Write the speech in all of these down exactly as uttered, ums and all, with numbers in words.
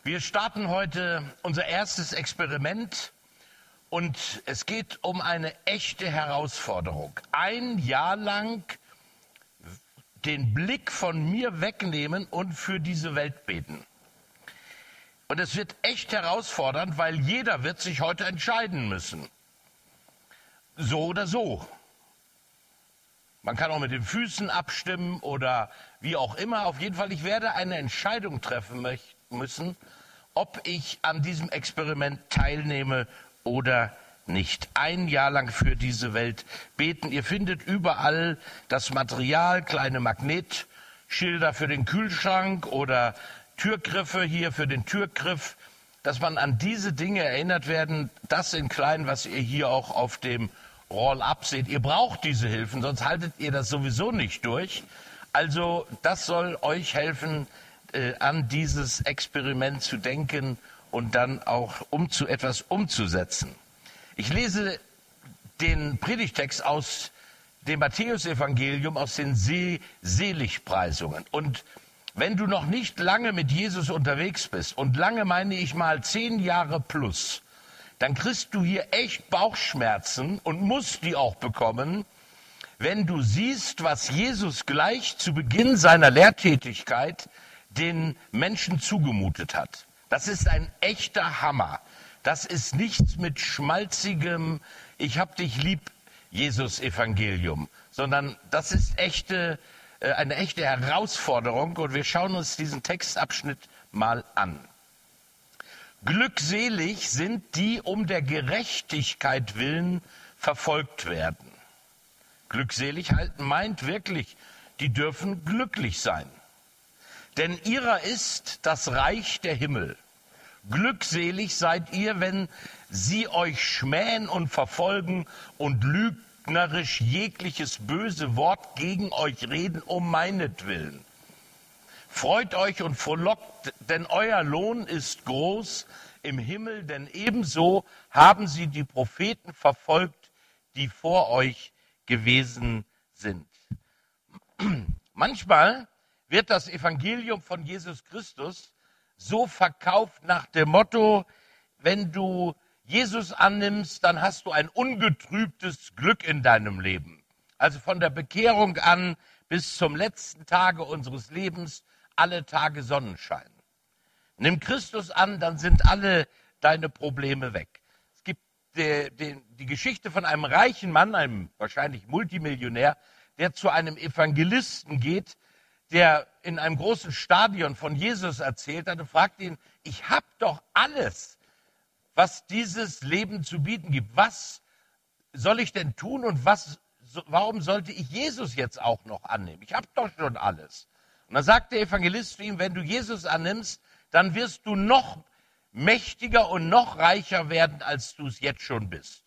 Wir starten heute unser erstes Experiment und es geht um eine echte Herausforderung. Ein Jahr lang den Blick von mir wegnehmen und für diese Welt beten. Und es wird echt herausfordernd, weil jeder wird sich heute entscheiden müssen. So oder so. Man kann auch mit den Füßen abstimmen oder wie auch immer. Auf jeden Fall, ich werde eine Entscheidung treffen möchten. müssen, ob ich an diesem Experiment teilnehme oder nicht. Ein Jahr lang für diese Welt beten. Ihr findet überall das Material, kleine Magnetschilder für den Kühlschrank oder Türgriffe hier für den Türgriff, dass man an diese Dinge erinnert werden. Das in klein, was ihr hier auch auf dem Roll-up seht. Ihr braucht diese Hilfen, sonst haltet ihr das sowieso nicht durch. Also das soll euch helfen, an dieses Experiment zu denken und dann auch um zu etwas umzusetzen. Ich lese den Predigtext aus dem Matthäusevangelium, aus den See Seligpreisungen. Und wenn du noch nicht lange mit Jesus unterwegs bist, und lange meine ich mal zehn Jahre plus, dann kriegst du hier echt Bauchschmerzen und musst die auch bekommen, wenn du siehst, was Jesus gleich zu Beginn seiner Lehrtätigkeit den Menschen zugemutet hat. Das ist ein echter Hammer. Das ist nichts mit schmalzigem Ich hab dich lieb, Jesus-Evangelium, sondern das ist echte, äh, eine echte Herausforderung und wir schauen uns diesen Textabschnitt mal an. Glückselig sind die um der Gerechtigkeit willen verfolgt werden. Glückselig meint wirklich, die dürfen glücklich sein. Denn ihrer ist das Reich der Himmel. Glückselig seid ihr, wenn sie euch schmähen und verfolgen und lügnerisch jegliches böse Wort gegen euch reden um meinetwillen. Freut euch und frohlockt, denn euer Lohn ist groß im Himmel, denn ebenso haben sie die Propheten verfolgt, die vor euch gewesen sind. Manchmal wird das Evangelium von Jesus Christus so verkauft nach dem Motto, wenn du Jesus annimmst, dann hast du ein ungetrübtes Glück in deinem Leben. Also von der Bekehrung an bis zum letzten Tage unseres Lebens, alle Tage Sonnenschein. Nimm Christus an, dann sind alle deine Probleme weg. Es gibt die, die, die Geschichte von einem reichen Mann, einem wahrscheinlich Multimillionär, der zu einem Evangelisten geht, der in einem großen Stadion von Jesus erzählt hat und fragt ihn, ich habe doch alles, was dieses Leben zu bieten gibt. Was soll ich denn tun und was, warum sollte ich Jesus jetzt auch noch annehmen? Ich habe doch schon alles. Und dann sagt der Evangelist zu ihm, wenn du Jesus annimmst, dann wirst du noch mächtiger und noch reicher werden, als du es jetzt schon bist.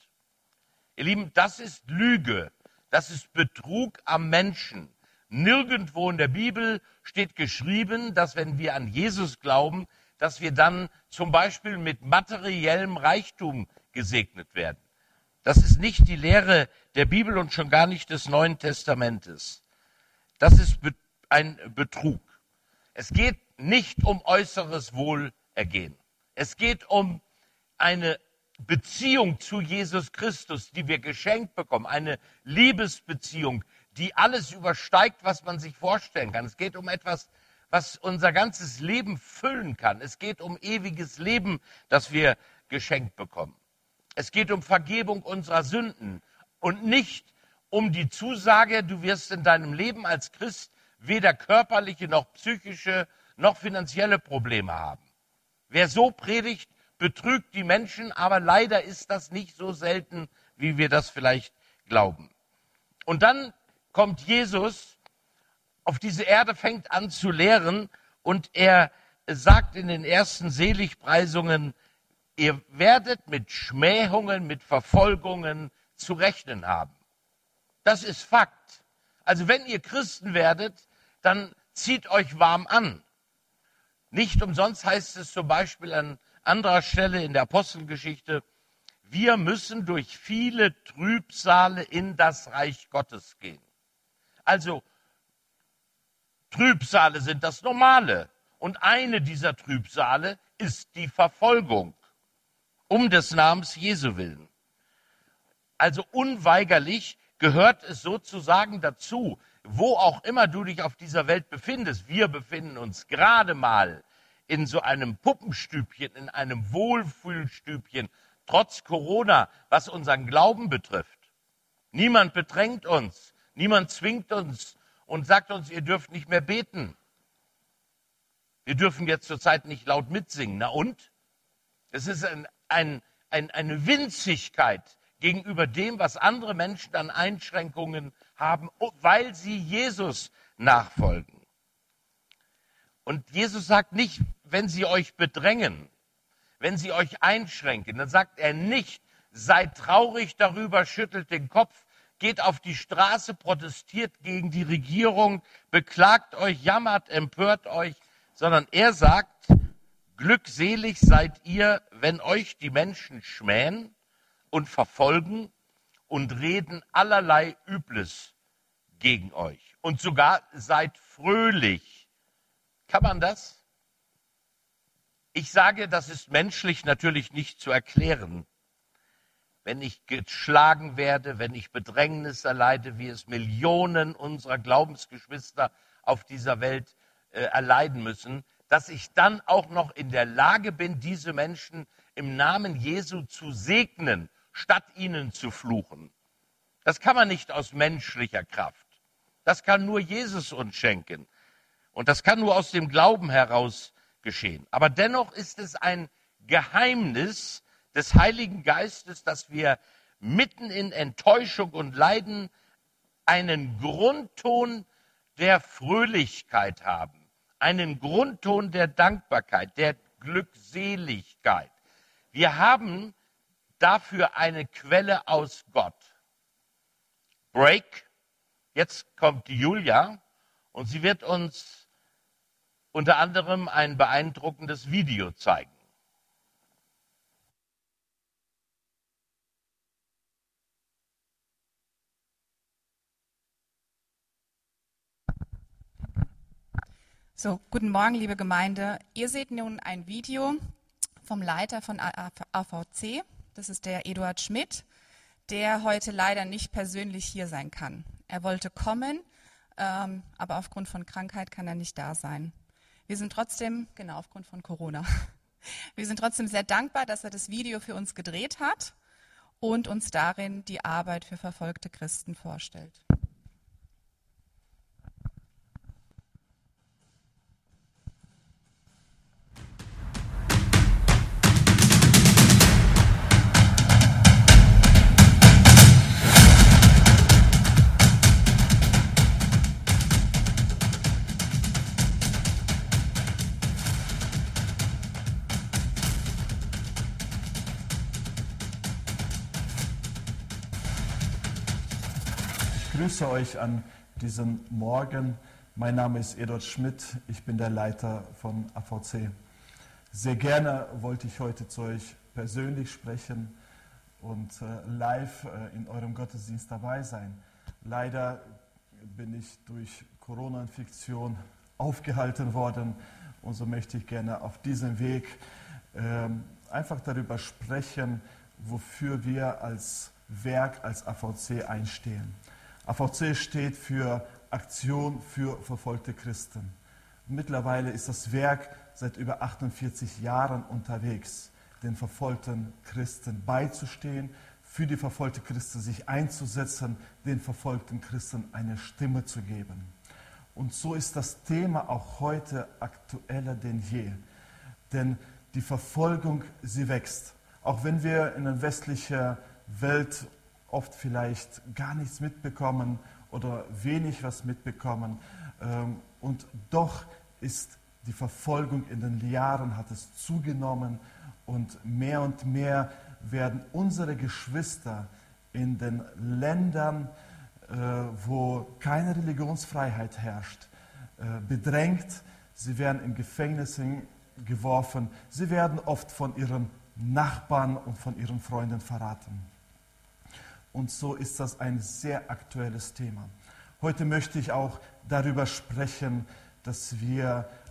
Ihr Lieben, das ist Lüge, das ist Betrug am Menschen. Nirgendwo in der Bibel steht geschrieben, dass wenn wir an Jesus glauben, dass wir dann zum Beispiel mit materiellem Reichtum gesegnet werden. Das ist nicht die Lehre der Bibel und schon gar nicht des Neuen Testamentes. Das ist ein Betrug. Es geht nicht um äußeres Wohlergehen. Es geht um eine Beziehung zu Jesus Christus, die wir geschenkt bekommen, eine Liebesbeziehung, die alles übersteigt, was man sich vorstellen kann. Es geht um etwas, was unser ganzes Leben füllen kann. Es geht um ewiges Leben, das wir geschenkt bekommen. Es geht um Vergebung unserer Sünden und nicht um die Zusage, du wirst in deinem Leben als Christ weder körperliche noch psychische noch finanzielle Probleme haben. Wer so predigt, betrügt die Menschen, aber leider ist das nicht so selten, wie wir das vielleicht glauben. Und dann kommt Jesus auf diese Erde, fängt an zu lehren und er sagt in den ersten Seligpreisungen, ihr werdet mit Schmähungen, mit Verfolgungen zu rechnen haben. Das ist Fakt. Also wenn ihr Christen werdet, dann zieht euch warm an. Nicht umsonst heißt es zum Beispiel an anderer Stelle in der Apostelgeschichte, wir müssen durch viele Trübsale in das Reich Gottes gehen. Also Trübsale sind das Normale Und eine dieser Trübsale ist die Verfolgung um des Namens Jesu willen. Also unweigerlich gehört es sozusagen dazu, wo auch immer du dich auf dieser Welt befindest. Wir befinden uns gerade mal in so einem Puppenstübchen, in einem Wohlfühlstübchen, trotz Corona, was unseren Glauben betrifft. Niemand bedrängt uns, niemand zwingt uns und sagt uns, ihr dürft nicht mehr beten. Wir dürfen jetzt zurzeit nicht laut mitsingen. Na und? Es ist ein, ein, ein, eine Winzigkeit gegenüber dem, was andere Menschen an Einschränkungen haben, weil sie Jesus nachfolgen. Und Jesus sagt nicht, wenn sie euch bedrängen, wenn sie euch einschränken, dann sagt er nicht, seid traurig darüber, schüttelt den Kopf, geht auf die Straße, protestiert gegen die Regierung, beklagt euch, jammert, empört euch, sondern er sagt, glückselig seid ihr, wenn euch die Menschen schmähen und verfolgen und reden allerlei Übles gegen euch. Und sogar seid fröhlich. Kann man das? Ich sage, das ist menschlich natürlich nicht zu erklären. Wenn ich geschlagen werde, wenn ich Bedrängnis erleide, wie es Millionen unserer Glaubensgeschwister auf dieser Welt äh, erleiden müssen, dass ich dann auch noch in der Lage bin, diese Menschen im Namen Jesu zu segnen, statt ihnen zu fluchen. Das kann man nicht aus menschlicher Kraft. Das kann nur Jesus uns schenken. Und das kann nur aus dem Glauben heraus geschehen. Aber dennoch ist es ein Geheimnis des Heiligen Geistes, dass wir mitten in Enttäuschung und Leiden einen Grundton der Fröhlichkeit haben, einen Grundton der Dankbarkeit, der Glückseligkeit. Wir haben dafür eine Quelle aus Gott. Break. Jetzt kommt die Julia und sie wird uns unter anderem ein beeindruckendes Video zeigen. So, guten Morgen, liebe Gemeinde. Ihr seht nun ein Video vom Leiter von A V C. Das ist der Eduard Schmidt, der heute leider nicht persönlich hier sein kann. Er wollte kommen, ähm, aber aufgrund von Krankheit kann er nicht da sein. Wir sind trotzdem, genau, aufgrund von Corona, wir sind trotzdem sehr dankbar, dass er das Video für uns gedreht hat und uns darin die Arbeit für verfolgte Christen vorstellt. Ich grüße euch an diesem Morgen. Mein Name ist Eduard Schmidt, ich bin der Leiter von A V C. Sehr gerne wollte ich heute zu euch persönlich sprechen und äh, live äh, in eurem Gottesdienst dabei sein. Leider bin ich durch Corona-Infektion aufgehalten worden und so möchte ich gerne auf diesem Weg äh, einfach darüber sprechen, wofür wir als Werk, als A V C einstehen. A V C steht für Aktion für verfolgte Christen. Mittlerweile ist das Werk seit über achtundvierzig Jahren unterwegs, den verfolgten Christen beizustehen, für die verfolgten Christen sich einzusetzen, den verfolgten Christen eine Stimme zu geben. Und so ist das Thema auch heute aktueller denn je. Denn die Verfolgung, sie wächst. Auch wenn wir in der westlichen Welt oft vielleicht gar nichts mitbekommen oder wenig was mitbekommen. Und doch ist die Verfolgung in den Jahren, hat es zugenommen und mehr und mehr werden unsere Geschwister in den Ländern, wo keine Religionsfreiheit herrscht, bedrängt. Sie werden in Gefängnisse geworfen. Sie werden oft von ihren Nachbarn und von ihren Freunden verraten. Und so ist das ein sehr aktuelles Thema. Heute möchte ich auch darüber sprechen, dass wir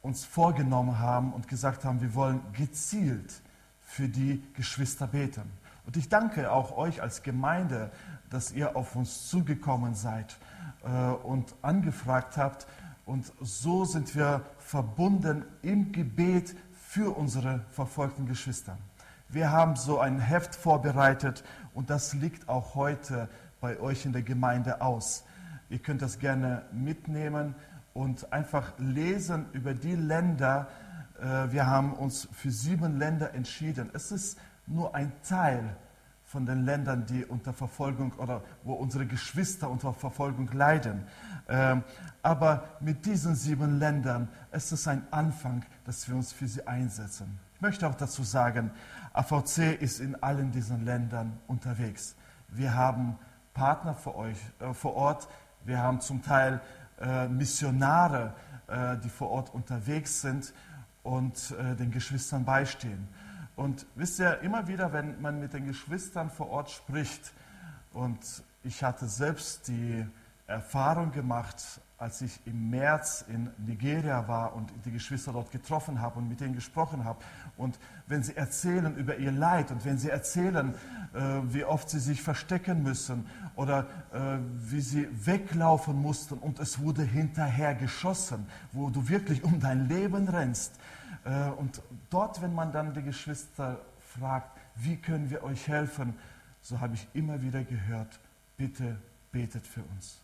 uns vorgenommen haben und gesagt haben, wir wollen gezielt für die Geschwister beten. Und ich danke auch euch als Gemeinde, dass ihr auf uns zugekommen seid äh, und angefragt habt. Und so sind wir verbunden im Gebet für unsere verfolgten Geschwister. Wir haben so ein Heft vorbereitet und das liegt auch heute bei euch in der Gemeinde aus. Ihr könnt das gerne mitnehmen und einfach lesen über die Länder. Wir haben uns für sieben Länder entschieden. Es ist nur ein Teil von den Ländern, die unter Verfolgung oder wo unsere Geschwister unter Verfolgung leiden. Aber mit diesen sieben Ländern ist es ein Anfang, dass wir uns für sie einsetzen. Ich möchte auch dazu sagen, A V C ist in allen diesen Ländern unterwegs. Wir haben Partner für euch äh, vor Ort. Wir haben zum Teil äh, Missionare, äh, die vor Ort unterwegs sind und äh, den Geschwistern beistehen. Und wisst ihr, immer wieder, wenn man mit den Geschwistern vor Ort spricht, und ich hatte selbst die Erfahrung gemacht, als ich im März in Nigeria war und die Geschwister dort getroffen habe und mit denen gesprochen habe. Und wenn sie erzählen über ihr Leid und wenn sie erzählen, äh, wie oft sie sich verstecken müssen oder äh, wie sie weglaufen mussten und es wurde hinterher geschossen, wo du wirklich um dein Leben rennst. Äh, und dort, wenn man dann die Geschwister fragt, wie können wir euch helfen, so habe ich immer wieder gehört, bitte betet für uns.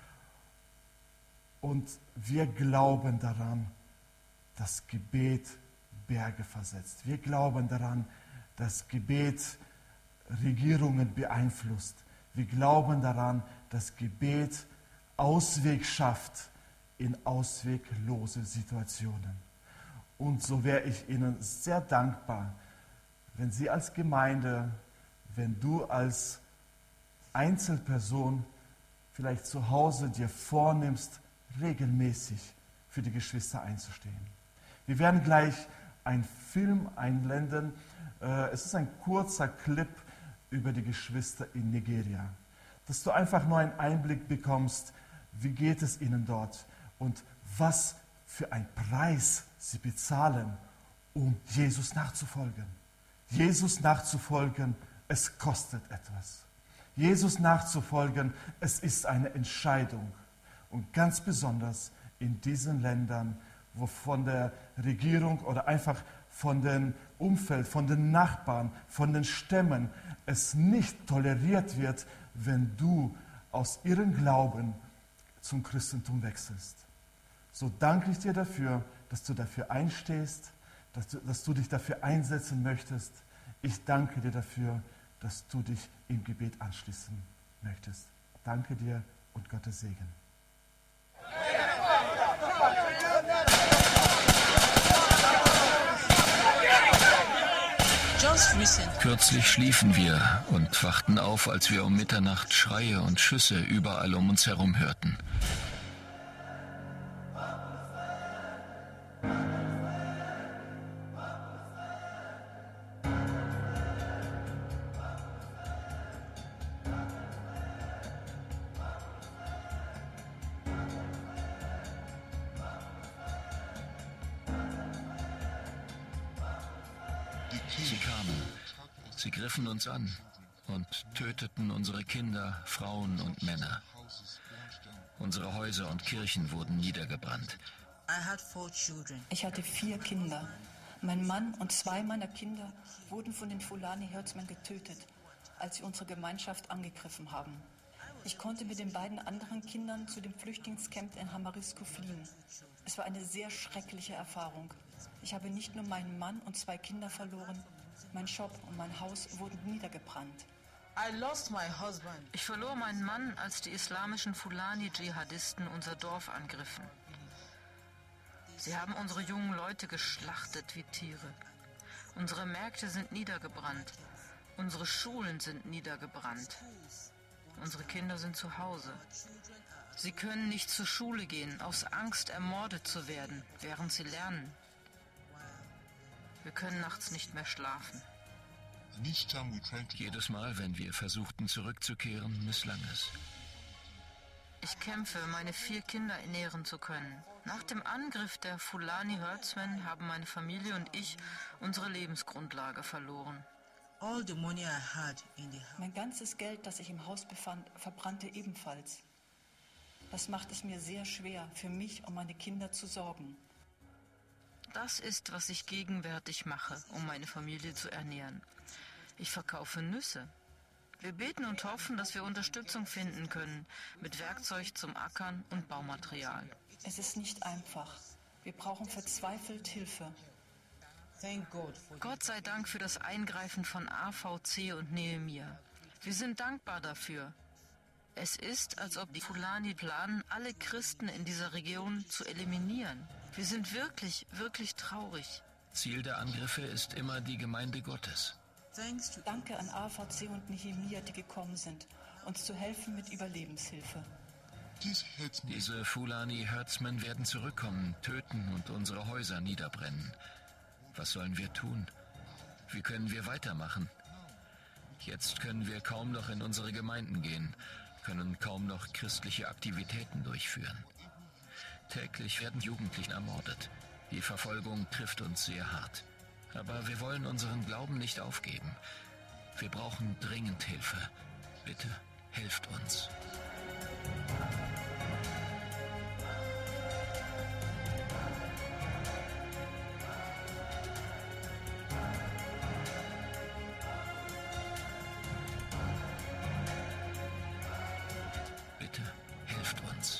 Und wir glauben daran, dass Gebet Berge versetzt. Wir glauben daran, dass Gebet Regierungen beeinflusst. Wir glauben daran, dass Gebet Ausweg schafft in ausweglose Situationen. Und so wäre ich Ihnen sehr dankbar, wenn Sie als Gemeinde, wenn du als Einzelperson vielleicht zu Hause dir vornimmst, regelmäßig für die Geschwister einzustehen. Wir werden gleich einen Film einblenden. Es ist ein kurzer Clip über die Geschwister in Nigeria, dass du einfach nur einen Einblick bekommst, wie geht es ihnen dort und was für einen Preis sie bezahlen, um Jesus nachzufolgen. Jesus nachzufolgen, es kostet etwas. Jesus nachzufolgen, es ist eine Entscheidung. Und ganz besonders in diesen Ländern, wo von der Regierung oder einfach von dem Umfeld, von den Nachbarn, von den Stämmen es nicht toleriert wird, wenn du aus ihrem Glauben zum Christentum wechselst. So danke ich dir dafür, dass du dafür einstehst, dass du, dass du dich dafür einsetzen möchtest. Ich danke dir dafür, dass du dich im Gebet anschließen möchtest. Danke dir und Gottes Segen. Kürzlich schliefen wir und wachten auf, als wir um Mitternacht Schreie und Schüsse überall um uns herum hörten. Sie kamen, sie griffen uns an und töteten unsere Kinder, Frauen und Männer. Unsere Häuser und Kirchen wurden niedergebrannt. Ich hatte vier Kinder. Mein Mann und zwei meiner Kinder wurden von den Fulani-Herdsmen getötet, als sie unsere Gemeinschaft angegriffen haben. Ich konnte mit den beiden anderen Kindern zu dem Flüchtlingscamp in Hamarisco fliehen. Es war eine sehr schreckliche Erfahrung. Ich habe nicht nur meinen Mann und zwei Kinder verloren, mein Shop und mein Haus wurden niedergebrannt. Ich verlor meinen Mann, als die islamischen Fulani-Dschihadisten unser Dorf angriffen. Sie haben unsere jungen Leute geschlachtet wie Tiere. Unsere Märkte sind niedergebrannt. Unsere Schulen sind niedergebrannt. Unsere Kinder sind zu Hause. Sie können nicht zur Schule gehen, aus Angst, ermordet zu werden, während sie lernen. Wir können nachts nicht mehr schlafen. Jedes Mal, wenn wir versuchten zurückzukehren, misslang es. Ich kämpfe, meine vier Kinder ernähren zu können. Nach dem Angriff der Fulani Herdsmen haben meine Familie und ich unsere Lebensgrundlage verloren. Mein ganzes Geld, das ich im Haus befand, verbrannte ebenfalls. Das macht es mir sehr schwer, für mich und meine Kinder zu sorgen. Das ist, was ich gegenwärtig mache, um meine Familie zu ernähren. Ich verkaufe Nüsse. Wir beten und hoffen, dass wir Unterstützung finden können mit Werkzeug zum Ackern und Baumaterial. Es ist nicht einfach. Wir brauchen verzweifelt Hilfe. Gott sei Dank für das Eingreifen von A V C und Nehemia. Wir sind dankbar dafür. Es ist, als ob die Fulani planen, alle Christen in dieser Region zu eliminieren. Wir sind wirklich, wirklich traurig. Ziel der Angriffe ist immer die Gemeinde Gottes. Danke an A V C und Nehemia, die gekommen sind, uns zu helfen mit Überlebenshilfe. Diese Fulani-Herdsmen werden zurückkommen, töten und unsere Häuser niederbrennen. Was sollen wir tun? Wie können wir weitermachen? Jetzt können wir kaum noch in unsere Gemeinden gehen, können kaum noch christliche Aktivitäten durchführen. Täglich werden Jugendliche ermordet. Die Verfolgung trifft uns sehr hart. Aber wir wollen unseren Glauben nicht aufgeben. Wir brauchen dringend Hilfe. Bitte, helft uns. Bitte, helft uns.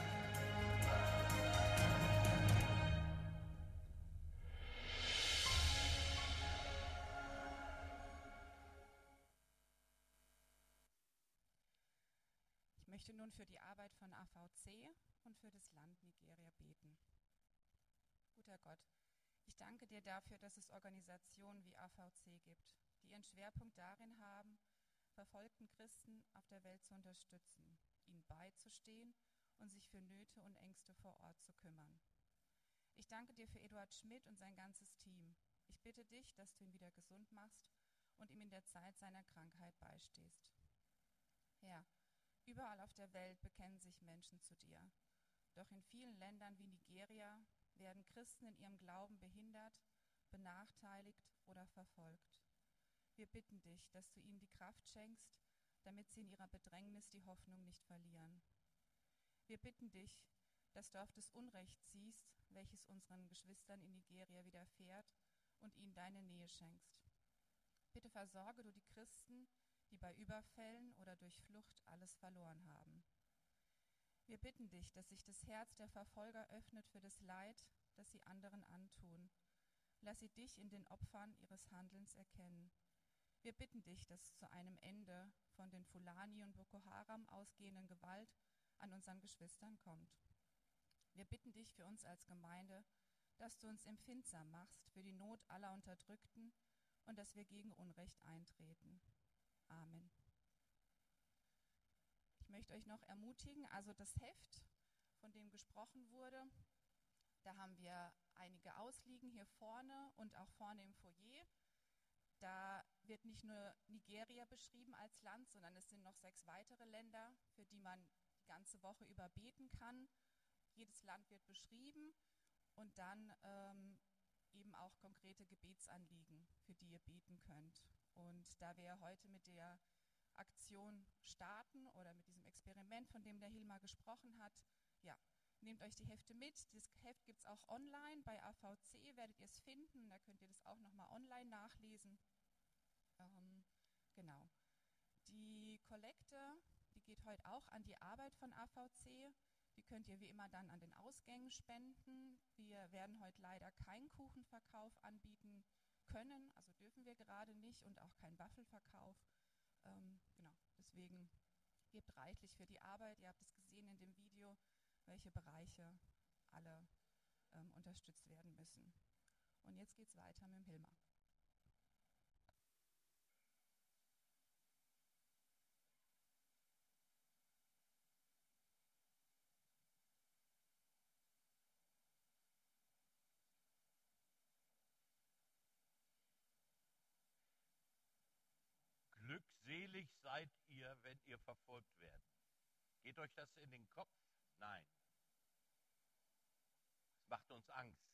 Ich möchte nun für die Arbeit von A V C und für das Land Nigeria beten. Guter Gott, ich danke dir dafür, dass es Organisationen wie A V C gibt, die ihren Schwerpunkt darin haben, verfolgten Christen auf der Welt zu unterstützen, ihnen beizustehen und sich für Nöte und Ängste vor Ort zu kümmern. Ich danke dir für Eduard Schmidt und sein ganzes Team. Ich bitte dich, dass du ihn wieder gesund machst und ihm in der Zeit seiner Krankheit beistehst. Herr, überall auf der Welt bekennen sich Menschen zu dir. Doch in vielen Ländern wie Nigeria werden Christen in ihrem Glauben behindert, benachteiligt oder verfolgt. Wir bitten dich, dass du ihnen die Kraft schenkst, damit sie in ihrer Bedrängnis die Hoffnung nicht verlieren. Wir bitten dich, dass du auf das Unrecht siehst, welches unseren Geschwistern in Nigeria widerfährt, und ihnen deine Nähe schenkst. Bitte versorge du die Christen, die bei Überfällen oder durch Flucht alles verloren haben. Wir bitten dich, dass sich das Herz der Verfolger öffnet für das Leid, das sie anderen antun. Lass sie dich in den Opfern ihres Handelns erkennen. Wir bitten dich, dass zu einem Ende von den Fulani und Boko Haram ausgehenden Gewalt an unseren Geschwistern kommt. Wir bitten dich für uns als Gemeinde, dass du uns empfindsam machst für die Not aller Unterdrückten und dass wir gegen Unrecht eintreten. Amen. Ich möchte euch noch ermutigen, also das Heft, von dem gesprochen wurde, da haben wir einige Ausliegen hier vorne und auch vorne im Foyer. Da wird nicht nur Nigeria beschrieben als Land, sondern es sind noch sechs weitere Länder, für die man die ganze Woche über beten kann. Jedes Land wird beschrieben und dann ähm, eben auch konkrete Gebetsanliegen, für die ihr beten könnt. Und da wir heute mit der Aktion starten oder mit diesem Experiment, von dem der Hilmar gesprochen hat, ja, nehmt euch die Hefte mit. Das Heft gibt es auch online. Bei A V C werdet ihr es finden. Da könnt ihr das auch nochmal online nachlesen. Ähm, genau. Die Kollekte, die geht heute auch an die Arbeit von A V C. Die könnt ihr wie immer dann an den Ausgängen spenden. Wir werden heute leider keinen Kuchenverkauf anbieten können, also dürfen wir gerade nicht, und auch keinen Waffelverkauf. Ähm, genau, deswegen gebt reichlich für die Arbeit. Ihr habt es gesehen in dem Video, welche Bereiche alle ähm, unterstützt werden müssen. Und jetzt geht es weiter mit dem Hilmar. Glückselig seid ihr, wenn ihr verfolgt werdet. Geht euch das in den Kopf? Nein. macht uns Angst.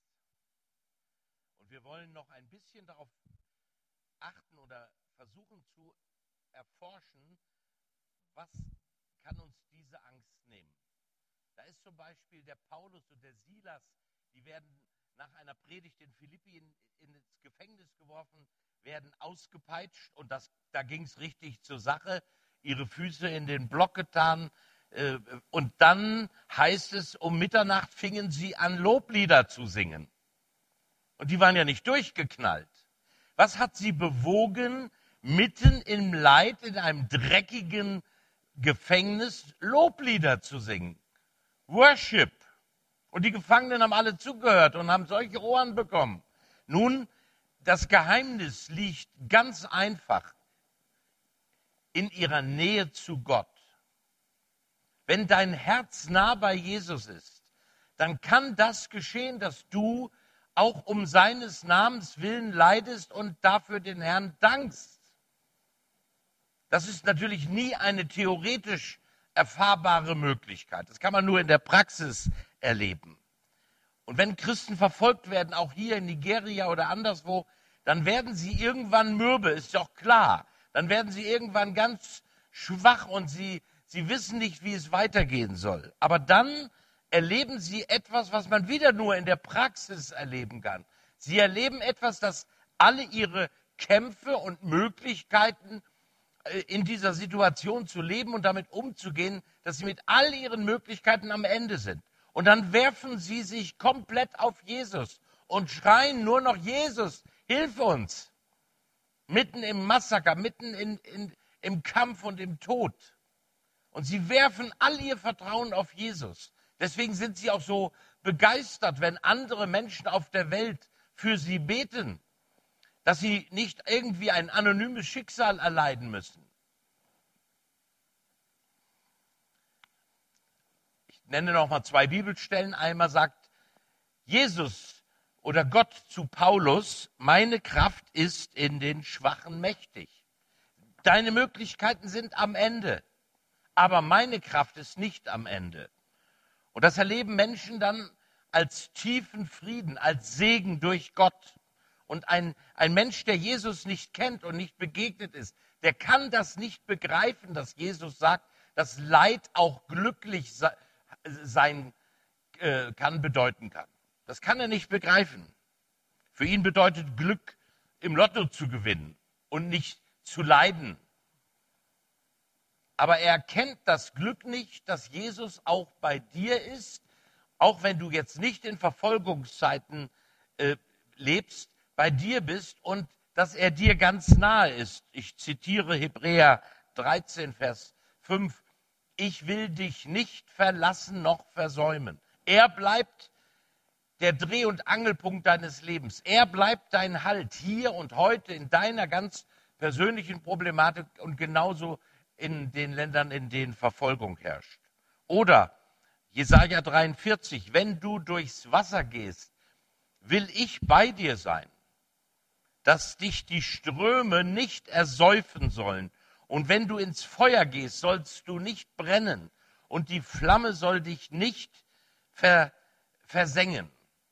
Und wir wollen noch ein bisschen darauf achten oder versuchen zu erforschen, was kann uns diese Angst nehmen. Da ist zum Beispiel der Paulus und der Silas, die werden nach einer Predigt in Philippi in, in ins Gefängnis geworfen, werden ausgepeitscht und das, da ging es richtig zur Sache, ihre Füße in den Block getan äh, und dann heißt es, um Mitternacht fingen sie an, Loblieder zu singen. Und die waren ja nicht durchgeknallt. Was hat sie bewogen, mitten im Leid, in einem dreckigen Gefängnis Loblieder zu singen? Worship. Und die Gefangenen haben alle zugehört und haben solche Ohren bekommen. Nun, das Geheimnis liegt ganz einfach in ihrer Nähe zu Gott. Wenn dein Herz nah bei Jesus ist, dann kann das geschehen, dass du auch um seines Namens willen leidest und dafür den Herrn dankst. Das ist natürlich nie eine theoretisch erfahrbare Möglichkeit. Das kann man nur in der Praxis erleben. Und wenn Christen verfolgt werden, auch hier in Nigeria oder anderswo, dann werden sie irgendwann mürbe, ist doch klar. Dann werden sie irgendwann ganz schwach und sie, sie wissen nicht, wie es weitergehen soll. Aber dann erleben sie etwas, was man wieder nur in der Praxis erleben kann. Sie erleben etwas, das alle ihre Kämpfe und Möglichkeiten in dieser Situation zu leben und damit umzugehen, dass sie mit all ihren Möglichkeiten am Ende sind. Und dann werfen sie sich komplett auf Jesus und schreien nur noch, Jesus, hilf uns. Mitten im Massaker, mitten in, in, im Kampf und im Tod. Und sie werfen all ihr Vertrauen auf Jesus. Deswegen sind sie auch so begeistert, wenn andere Menschen auf der Welt für sie beten, dass sie nicht irgendwie ein anonymes Schicksal erleiden müssen. Ich nenne noch mal zwei Bibelstellen. Einmal sagt Jesus oder Gott zu Paulus, meine Kraft ist in den Schwachen mächtig. Deine Möglichkeiten sind am Ende, aber meine Kraft ist nicht am Ende. Und das erleben Menschen dann als tiefen Frieden, als Segen durch Gott. Und ein, ein Mensch, der Jesus nicht kennt und nicht begegnet ist, der kann das nicht begreifen, dass Jesus sagt, dass Leid auch glücklich sein äh, kann, bedeuten kann. Das kann er nicht begreifen. Für ihn bedeutet Glück, im Lotto zu gewinnen und nicht zu leiden. Aber er erkennt das Glück nicht, dass Jesus auch bei dir ist, auch wenn du jetzt nicht in Verfolgungszeiten äh, lebst, bei dir bist und dass er dir ganz nahe ist. Ich zitiere Hebräer dreizehn, Vers fünf. Ich will dich nicht verlassen noch versäumen. Er bleibt der Dreh- und Angelpunkt deines Lebens. Er bleibt dein Halt hier und heute in deiner ganz persönlichen Problematik und genauso in den Ländern, in denen Verfolgung herrscht. Oder Jesaja dreiundvierzig, wenn du durchs Wasser gehst, will ich bei dir sein, dass dich die Ströme nicht ersäufen sollen. Und wenn du ins Feuer gehst, sollst du nicht brennen und die Flamme soll dich nicht ver, versengen.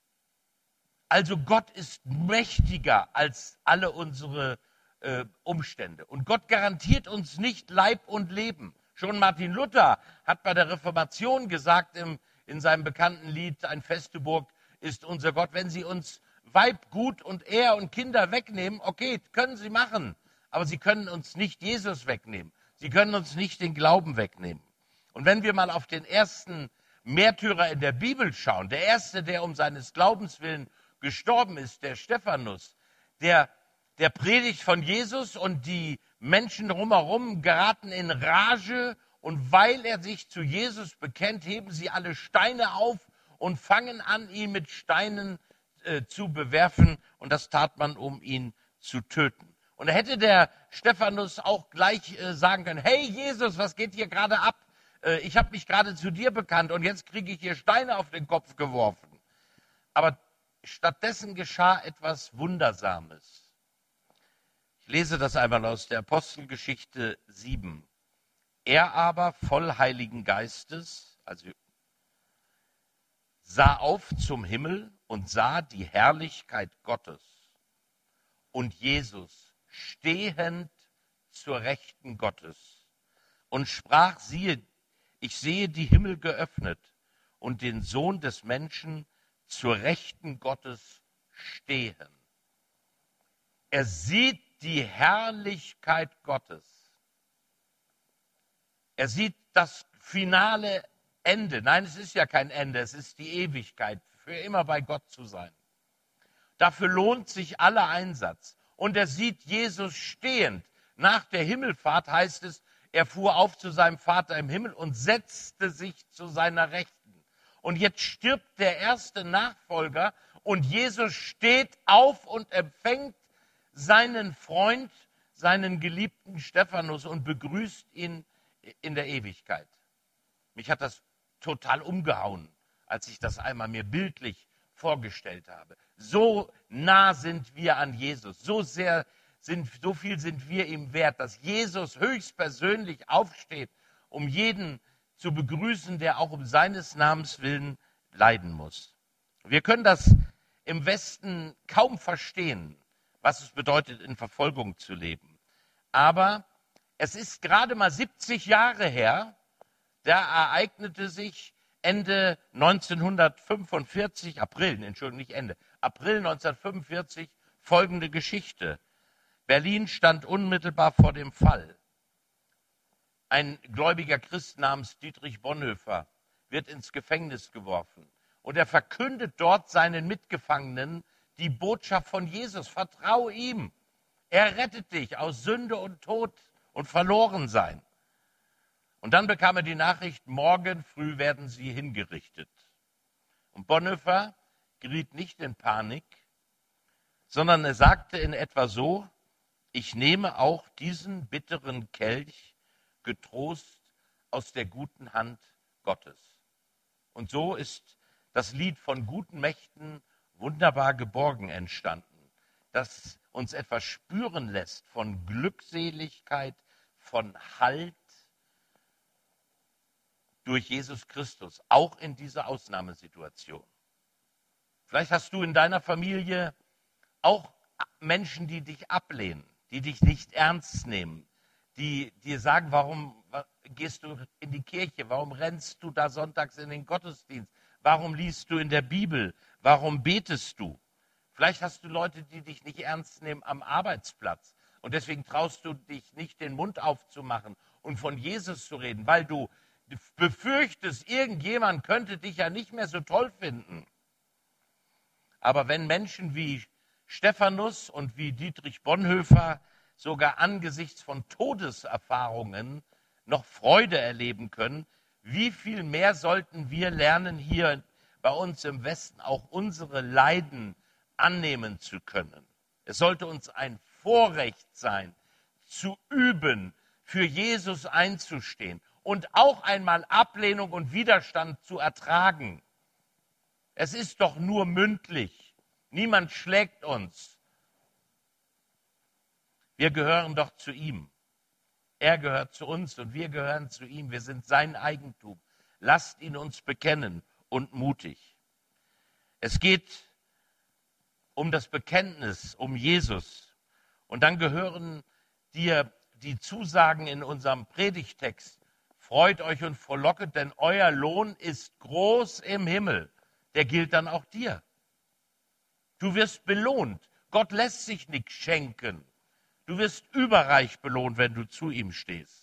Also Gott ist mächtiger als alle unsere äh, Umstände. Und Gott garantiert uns nicht Leib und Leben. Schon Martin Luther hat bei der Reformation gesagt, im, in seinem bekannten Lied, ein feste Burg ist unser Gott, wenn sie uns Weib, Gut und Ehe und Kinder wegnehmen, okay, können sie machen, aber sie können uns nicht Jesus wegnehmen. Sie können uns nicht den Glauben wegnehmen. Und wenn wir mal auf den ersten Märtyrer in der Bibel schauen, der erste, der um seines Glaubens willen gestorben ist, der Stephanus, der, der predigt von Jesus und die Menschen drumherum geraten in Rage und weil er sich zu Jesus bekennt, heben sie alle Steine auf und fangen an, ihn mit Steinen äh, zu bewerfen und das tat man, um ihn zu töten. Und da hätte der Stephanus auch gleich äh, sagen können, hey Jesus, was geht hier gerade ab? Äh, ich habe mich gerade zu dir bekannt und jetzt kriege ich hier Steine auf den Kopf geworfen. Aber stattdessen geschah etwas Wundersames. Ich lese das einmal aus der Apostelgeschichte sieben. Er aber voll Heiligen Geistes, also sah auf zum Himmel und sah die Herrlichkeit Gottes und Jesus stehend zur Rechten Gottes und sprach, siehe, ich sehe die Himmel geöffnet und den Sohn des Menschen zur Rechten Gottes stehen. Er sieht die Herrlichkeit Gottes. Er sieht das finale Ende. Nein, es ist ja kein Ende, es ist die Ewigkeit, für immer bei Gott zu sein. Dafür lohnt sich aller Einsatz. Und er sieht Jesus stehend. Nach der Himmelfahrt heißt es, er fuhr auf zu seinem Vater im Himmel und setzte sich zu seiner Rechten. Und jetzt stirbt der erste Nachfolger und Jesus steht auf und empfängt seinen Freund, seinen geliebten Stephanus und begrüßt ihn in der Ewigkeit. Mich hat das total umgehauen, als ich das einmal mir bildlich vorgestellt habe. So nah sind wir an Jesus, so sehr sind, so viel sind wir ihm wert, dass Jesus höchstpersönlich aufsteht, um jeden zu begrüßen, der auch um seines Namens willen leiden muss. Wir können das im Westen kaum verstehen, was es bedeutet, in Verfolgung zu leben. Aber es ist gerade mal siebzig Jahre her, da ereignete sich Ende neunzehnhundertfünfundvierzig, April, Entschuldigung, nicht Ende, April neunzehnhundertfünfundvierzig folgende Geschichte. Berlin stand unmittelbar vor dem Fall. Ein gläubiger Christ namens Dietrich Bonhoeffer wird ins Gefängnis geworfen. Und er verkündet dort seinen Mitgefangenen die Botschaft von Jesus. Vertrau ihm. Er rettet dich aus Sünde und Tod und Verlorensein. Und dann bekam er die Nachricht, morgen früh werden sie hingerichtet. Und Bonhoeffer geriet nicht in Panik, sondern er sagte in etwa so, ich nehme auch diesen bitteren Kelch getrost aus der guten Hand Gottes. Und so ist das Lied von guten Mächten wunderbar geborgen entstanden, das uns etwas spüren lässt von Glückseligkeit, von Halt durch Jesus Christus, auch in dieser Ausnahmesituation. Vielleicht hast du in deiner Familie auch Menschen, die dich ablehnen, die dich nicht ernst nehmen, die dir sagen, warum gehst du in die Kirche, warum rennst du da sonntags in den Gottesdienst, warum liest du in der Bibel, warum betest du? Vielleicht hast du Leute, die dich nicht ernst nehmen am Arbeitsplatz und deswegen traust du dich nicht, den Mund aufzumachen und von Jesus zu reden, weil du befürchtest, irgendjemand könnte dich ja nicht mehr so toll finden. Aber wenn Menschen wie Stephanus und wie Dietrich Bonhoeffer sogar angesichts von Todeserfahrungen noch Freude erleben können, wie viel mehr sollten wir lernen, hier bei uns im Westen auch unsere Leiden annehmen zu können. Es sollte uns ein Vorrecht sein, zu üben, für Jesus einzustehen und auch einmal Ablehnung und Widerstand zu ertragen. Es ist doch nur mündlich. Niemand schlägt uns. Wir gehören doch zu ihm. Er gehört zu uns und wir gehören zu ihm. Wir sind sein Eigentum. Lasst ihn uns bekennen und mutig. Es geht um das Bekenntnis, um Jesus. Und dann gehören dir die Zusagen in unserem Predigtext. Freut euch und frohlocket, denn euer Lohn ist groß im Himmel. Der gilt dann auch dir. Du wirst belohnt. Gott lässt sich nichts schenken. Du wirst überreich belohnt, wenn du zu ihm stehst.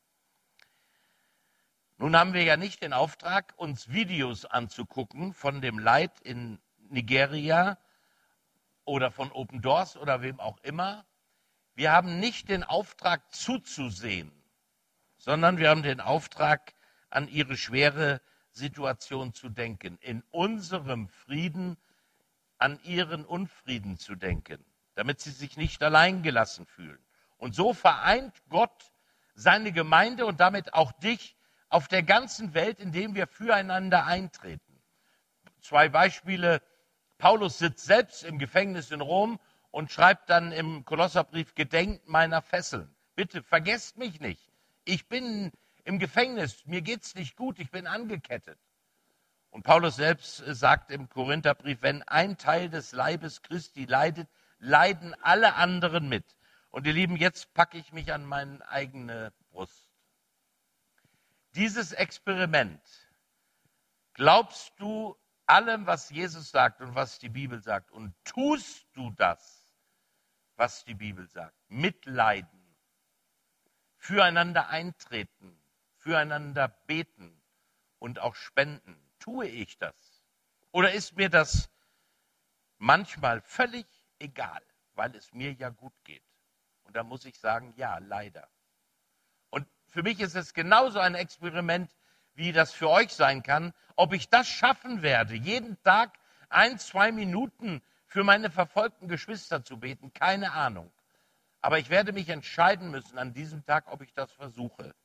Nun haben wir ja nicht den Auftrag, uns Videos anzugucken von dem Leid in Nigeria oder von Open Doors oder wem auch immer. Wir haben nicht den Auftrag zuzusehen, sondern wir haben den Auftrag, an ihre schwere Situation zu denken, in unserem Frieden an ihren Unfrieden zu denken, damit sie sich nicht allein gelassen fühlen. Und so vereint Gott seine Gemeinde und damit auch dich auf der ganzen Welt, indem wir füreinander eintreten. Zwei Beispiele. Paulus sitzt selbst im Gefängnis in Rom und schreibt dann im Kolosserbrief, gedenkt meiner Fesseln. Bitte vergesst mich nicht. Ich bin im Gefängnis, mir geht's nicht gut, ich bin angekettet. Und Paulus selbst sagt im Korintherbrief, wenn ein Teil des Leibes Christi leidet, leiden alle anderen mit. Und ihr Lieben, jetzt packe ich mich an meine eigene Brust. Dieses Experiment, glaubst du allem, was Jesus sagt und was die Bibel sagt? Und tust du das, was die Bibel sagt? Mitleiden, füreinander eintreten, füreinander beten und auch spenden. Tue ich das? Oder ist mir das manchmal völlig egal, weil es mir ja gut geht? Und da muss ich sagen, ja, leider. Und für mich ist es genauso ein Experiment, wie das für euch sein kann, ob ich das schaffen werde, jeden Tag ein, zwei Minuten für meine verfolgten Geschwister zu beten, keine Ahnung. Aber ich werde mich entscheiden müssen an diesem Tag, ob ich das versuche.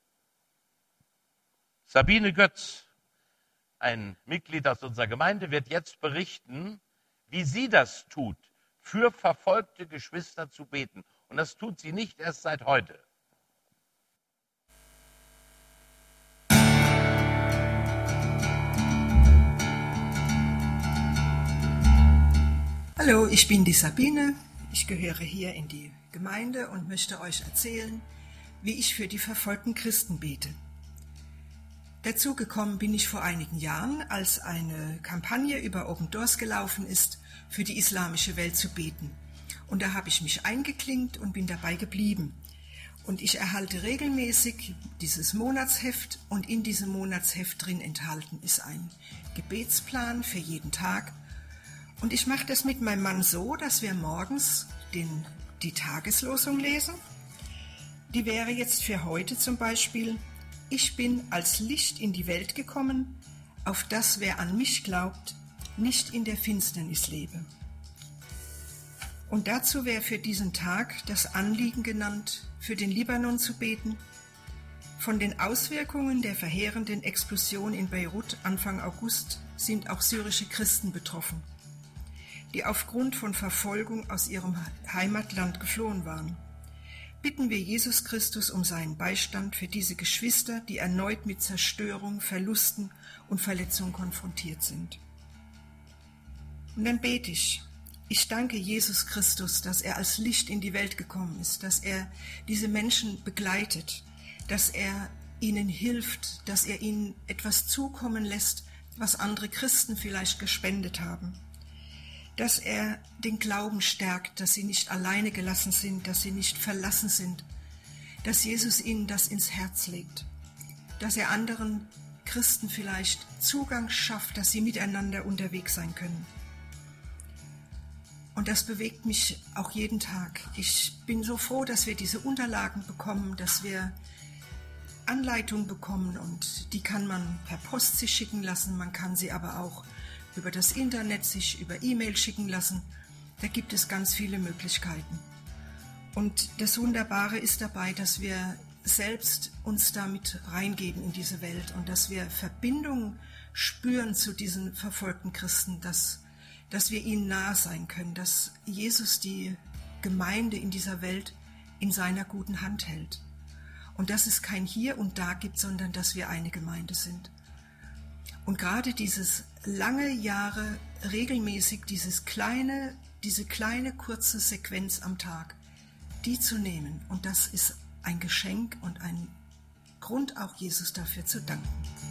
Sabine Götz, ein Mitglied aus unserer Gemeinde, wird jetzt berichten, wie sie das tut, für verfolgte Geschwister zu beten. Und das tut sie nicht erst seit heute. Hallo, ich bin die Sabine. Ich gehöre hier in die Gemeinde und möchte euch erzählen, wie ich für die verfolgten Christen bete. Dazu gekommen bin ich vor einigen Jahren, als eine Kampagne über Open Doors gelaufen ist, für die islamische Welt zu beten. Und da habe ich mich eingeklinkt und bin dabei geblieben. Und ich erhalte regelmäßig dieses Monatsheft und in diesem Monatsheft drin enthalten ist ein Gebetsplan für jeden Tag. Und ich mache das mit meinem Mann so, dass wir morgens den, die Tageslosung lesen. Die wäre jetzt für heute zum Beispiel: Ich bin als Licht in die Welt gekommen, auf das, wer an mich glaubt, nicht in der Finsternis lebe. Und dazu wäre für diesen Tag das Anliegen genannt, für den Libanon zu beten. Von den Auswirkungen der verheerenden Explosion in Beirut Anfang August sind auch syrische Christen betroffen, die aufgrund von Verfolgung aus ihrem Heimatland geflohen waren. Bitten wir Jesus Christus um seinen Beistand für diese Geschwister, die erneut mit Zerstörung, Verlusten und Verletzungen konfrontiert sind. Und dann bete ich. Ich danke Jesus Christus, dass er als Licht in die Welt gekommen ist, dass er diese Menschen begleitet, dass er ihnen hilft, dass er ihnen etwas zukommen lässt, was andere Christen vielleicht gespendet haben. Dass er den Glauben stärkt, dass sie nicht alleine gelassen sind, dass sie nicht verlassen sind, dass Jesus ihnen das ins Herz legt, dass er anderen Christen vielleicht Zugang schafft, dass sie miteinander unterwegs sein können. Und das bewegt mich auch jeden Tag. Ich bin so froh, dass wir diese Unterlagen bekommen, dass wir Anleitungen bekommen und die kann man per Post sich schicken lassen, man kann sie aber auch über das Internet sich über E-Mail schicken lassen. Da gibt es ganz viele Möglichkeiten. Und das Wunderbare ist dabei, dass wir selbst uns damit reingeben in diese Welt und dass wir Verbindung spüren zu diesen verfolgten Christen, dass, dass wir ihnen nahe sein können, dass Jesus die Gemeinde in dieser Welt in seiner guten Hand hält. Und dass es kein Hier und Da gibt, sondern dass wir eine Gemeinde sind. Und gerade dieses lange Jahre regelmäßig, dieses kleine, diese kleine kurze Sequenz am Tag, die zu nehmen. Und das ist ein Geschenk und ein Grund, auch Jesus dafür zu danken.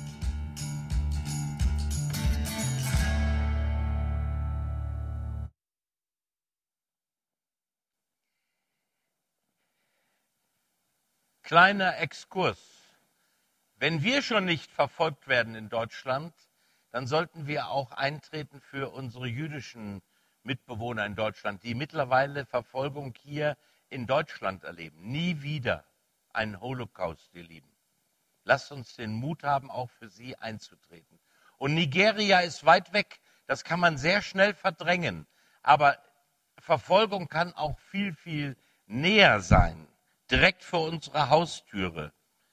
Kleiner Exkurs. Wenn wir schon nicht verfolgt werden in Deutschland, dann sollten wir auch eintreten für unsere jüdischen Mitbewohner in Deutschland, die mittlerweile Verfolgung hier in Deutschland erleben. Nie wieder ein Holocaust, ihr Lieben. Lasst uns den Mut haben, auch für sie einzutreten. Und Nigeria ist weit weg, das kann man sehr schnell verdrängen. Aber Verfolgung kann auch viel, viel näher sein, direkt vor unserer Haustüre.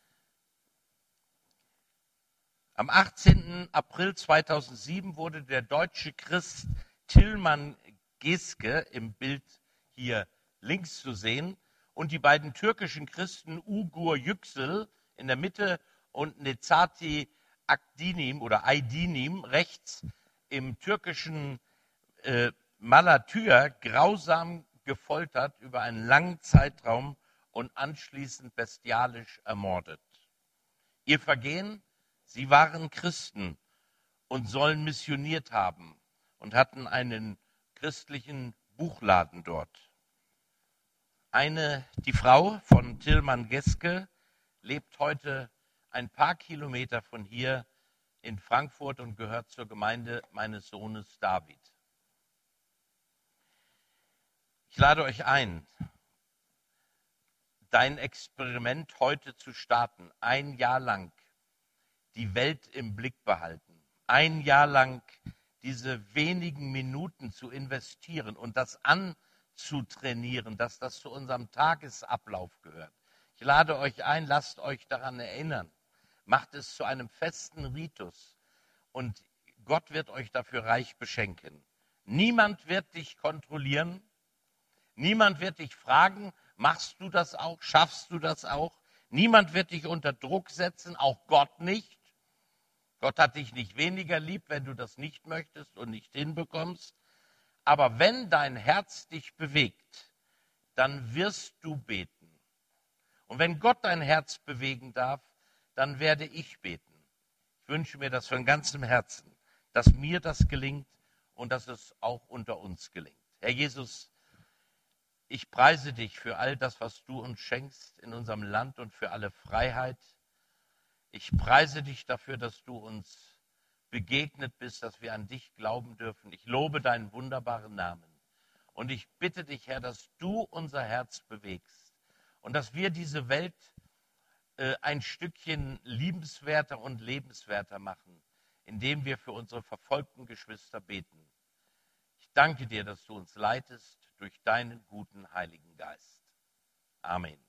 Am achtzehnten April zweitausendsieben wurde der deutsche Christ Tilman Geske im Bild hier links zu sehen und die beiden türkischen Christen Ugur Yüksel in der Mitte und Necati Akdinim oder Aydinim rechts im türkischen äh, Malatya grausam gefoltert über einen langen Zeitraum und anschließend bestialisch ermordet. Ihr Vergehen, sie waren Christen und sollen missioniert haben und hatten einen christlichen Buchladen dort. Eine, die Frau von Tilman Geske lebt heute ein paar Kilometer von hier in Frankfurt und gehört zur Gemeinde meines Sohnes David. Ich lade euch ein, dein Experiment heute zu starten, ein Jahr lang die Welt im Blick behalten, ein Jahr lang diese wenigen Minuten zu investieren und das anzutrainieren, dass das zu unserem Tagesablauf gehört. Ich lade euch ein, lasst euch daran erinnern, macht es zu einem festen Ritus und Gott wird euch dafür reich beschenken. Niemand wird dich kontrollieren, niemand wird dich fragen, machst du das auch, schaffst du das auch? Niemand wird dich unter Druck setzen, auch Gott nicht. Gott hat dich nicht weniger lieb, wenn du das nicht möchtest und nicht hinbekommst. Aber wenn dein Herz dich bewegt, dann wirst du beten. Und wenn Gott dein Herz bewegen darf, dann werde ich beten. Ich wünsche mir das von ganzem Herzen, dass mir das gelingt und dass es auch unter uns gelingt. Herr Jesus, ich preise dich für all das, was du uns schenkst in unserem Land und für alle Freiheit. Ich preise dich dafür, dass du uns begegnet bist, dass wir an dich glauben dürfen. Ich lobe deinen wunderbaren Namen. Und ich bitte dich, Herr, dass du unser Herz bewegst und dass wir diese Welt äh, ein Stückchen liebenswerter und lebenswerter machen, indem wir für unsere verfolgten Geschwister beten. Ich danke dir, dass du uns leitest durch deinen guten Heiligen Geist. Amen.